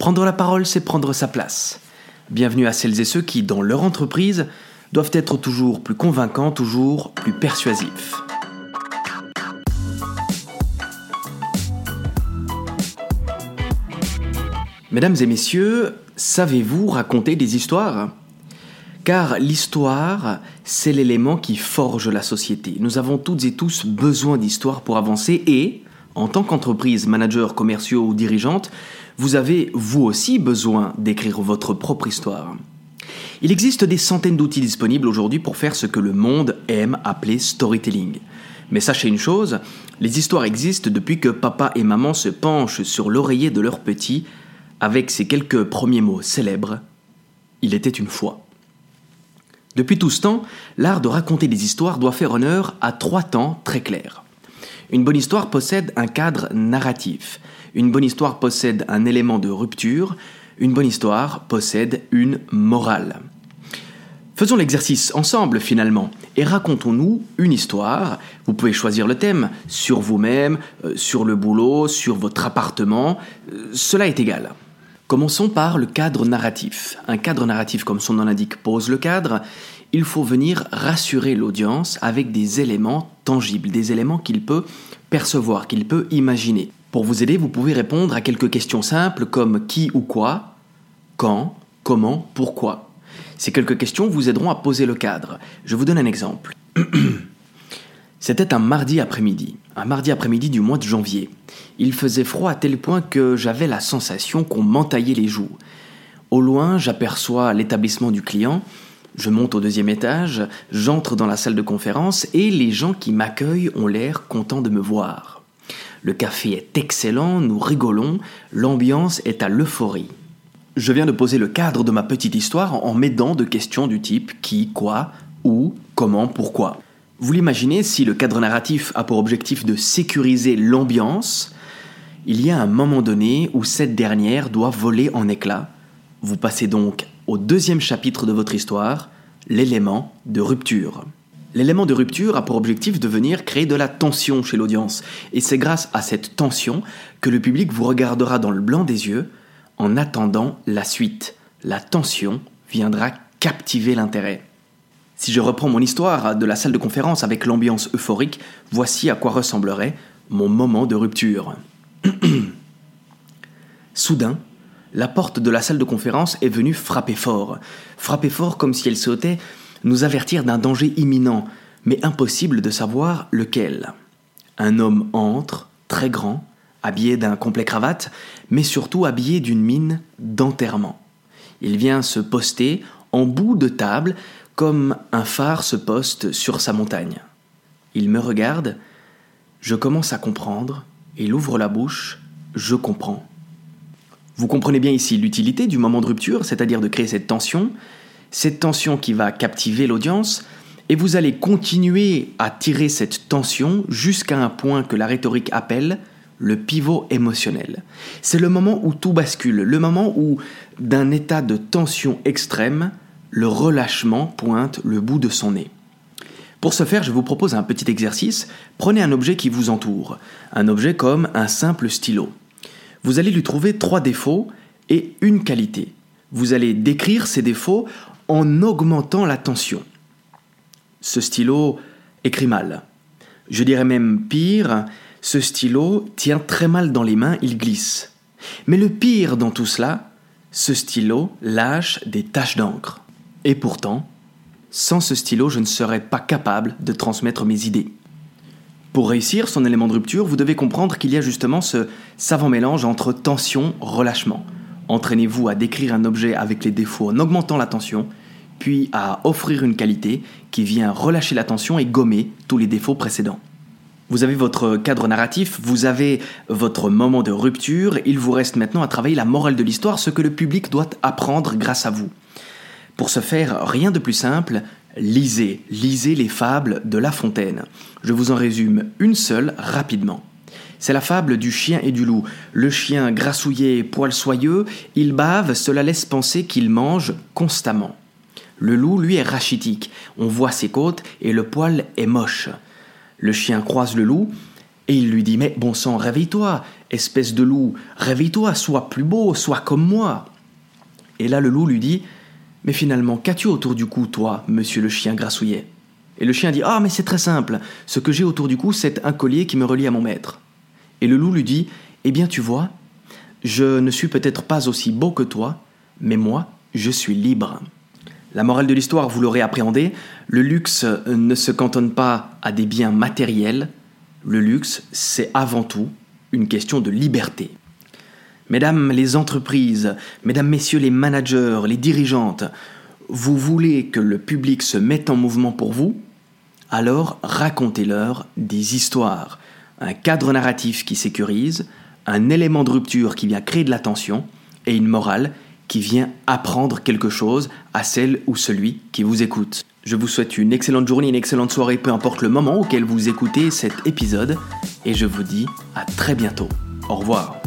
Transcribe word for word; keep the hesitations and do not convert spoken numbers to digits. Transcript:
Prendre la parole, c'est prendre sa place. Bienvenue à celles et ceux qui, dans leur entreprise, doivent être toujours plus convaincants, toujours plus persuasifs. Mesdames et messieurs, savez-vous raconter des histoires ? Car l'histoire, c'est l'élément qui forge la société. Nous avons toutes et tous besoin d'histoires pour avancer et, en tant qu'entreprise, manager, commerciaux ou dirigeante, vous avez vous aussi besoin d'écrire votre propre histoire. Il existe des centaines d'outils disponibles aujourd'hui pour faire ce que le monde aime appeler storytelling. Mais sachez une chose, les histoires existent depuis que papa et maman se penchent sur l'oreiller de leur petit avec ces quelques premiers mots célèbres « Il était une fois ». Depuis tout ce temps, l'art de raconter des histoires doit faire honneur à trois temps très clairs. Une bonne histoire possède un cadre narratif. Une bonne histoire possède un élément de rupture. Une bonne histoire possède une morale. Faisons l'exercice ensemble finalement et racontons-nous une histoire. Vous pouvez choisir le thème, sur vous-même, euh, sur le boulot, sur votre appartement, euh, cela est égal. Commençons par le cadre narratif. Un cadre narratif, comme son nom l'indique, pose le cadre. Il faut venir rassurer l'audience avec des éléments tangibles, des éléments qu'il peut percevoir, qu'il peut imaginer. Pour vous aider, vous pouvez répondre à quelques questions simples comme qui ou quoi, quand, comment, pourquoi. Ces quelques questions vous aideront à poser le cadre. Je vous donne un exemple. C'était un mardi après-midi, un mardi après-midi du mois de janvier. Il faisait froid à tel point que j'avais la sensation qu'on m'entaillait les joues. Au loin, j'aperçois l'établissement du client, je monte au deuxième étage, j'entre dans la salle de conférence et les gens qui m'accueillent ont l'air contents de me voir. Le café est excellent, nous rigolons, l'ambiance est à l'euphorie. Je viens de poser le cadre de ma petite histoire en m'aidant de questions du type qui, quoi, où, comment, pourquoi. Vous l'imaginez, si le cadre narratif a pour objectif de sécuriser l'ambiance, il y a un moment donné où cette dernière doit voler en éclats. Vous passez donc au deuxième chapitre de votre histoire, l'élément de rupture. L'élément de rupture a pour objectif de venir créer de la tension chez l'audience. Et c'est grâce à cette tension que le public vous regardera dans le blanc des yeux en attendant la suite. La tension viendra captiver l'intérêt. Si je reprends mon histoire de la salle de conférence avec l'ambiance euphorique, voici à quoi ressemblerait mon moment de rupture. Soudain, la porte de la salle de conférence est venue frapper fort. Frapper fort comme si elle souhaitait nous avertir d'un danger imminent, mais impossible de savoir lequel. Un homme entre, très grand, habillé d'un complet cravate, mais surtout habillé d'une mine d'enterrement. Il vient se poster en bout de table, comme un phare se poste sur sa montagne. Il me regarde, je commence à comprendre, il ouvre la bouche, je comprends. Vous comprenez bien ici l'utilité du moment de rupture, c'est-à-dire de créer cette tension, cette tension qui va captiver l'audience, et vous allez continuer à tirer cette tension jusqu'à un point que la rhétorique appelle le pivot émotionnel. C'est le moment où tout bascule, le moment où, d'un état de tension extrême, le relâchement pointe le bout de son nez. Pour ce faire, je vous propose un petit exercice. Prenez un objet qui vous entoure, un objet comme un simple stylo. Vous allez lui trouver trois défauts et une qualité. Vous allez décrire ces défauts en augmentant la tension. Ce stylo écrit mal. Je dirais même pire, ce stylo tient très mal dans les mains, il glisse. Mais le pire dans tout cela, ce stylo lâche des taches d'encre. Et pourtant, sans ce stylo, je ne serais pas capable de transmettre mes idées. Pour réussir son élément de rupture, vous devez comprendre qu'il y a justement ce savant mélange entre tension et relâchement. Entraînez-vous à décrire un objet avec les défauts en augmentant la tension, puis à offrir une qualité qui vient relâcher la tension et gommer tous les défauts précédents. Vous avez votre cadre narratif, vous avez votre moment de rupture, il vous reste maintenant à travailler la morale de l'histoire, ce que le public doit apprendre grâce à vous. Pour ce faire, rien de plus simple, lisez, lisez les fables de La Fontaine. Je vous en résume une seule rapidement. C'est la fable du chien et du loup. Le chien grassouillet, poil soyeux, il bave, cela laisse penser qu'il mange constamment. Le loup, lui, est rachitique. On voit ses côtes et le poil est moche. Le chien croise le loup et il lui dit « Mais bon sang, réveille-toi, espèce de loup, réveille-toi, sois plus beau, sois comme moi. » Et là, le loup lui dit « Mais finalement, qu'as-tu autour du cou, toi, monsieur le chien grassouillet ?» Et le chien dit « Ah, mais c'est très simple, ce que j'ai autour du cou, c'est un collier qui me relie à mon maître. » Et le loup lui dit « Eh bien, tu vois, je ne suis peut-être pas aussi beau que toi, mais moi, je suis libre. » La morale de l'histoire, vous l'aurez appréhendé, le luxe ne se cantonne pas à des biens matériels, le luxe, c'est avant tout une question de liberté. Mesdames les entreprises, mesdames, messieurs les managers, les dirigeantes, vous voulez que le public se mette en mouvement pour vous ? Alors racontez-leur des histoires, un cadre narratif qui sécurise, un élément de rupture qui vient créer de la tension et une morale qui vient apprendre quelque chose à celle ou celui qui vous écoute. Je vous souhaite une excellente journée, une excellente soirée, peu importe le moment auquel vous écoutez cet épisode, et je vous dis à très bientôt. Au revoir.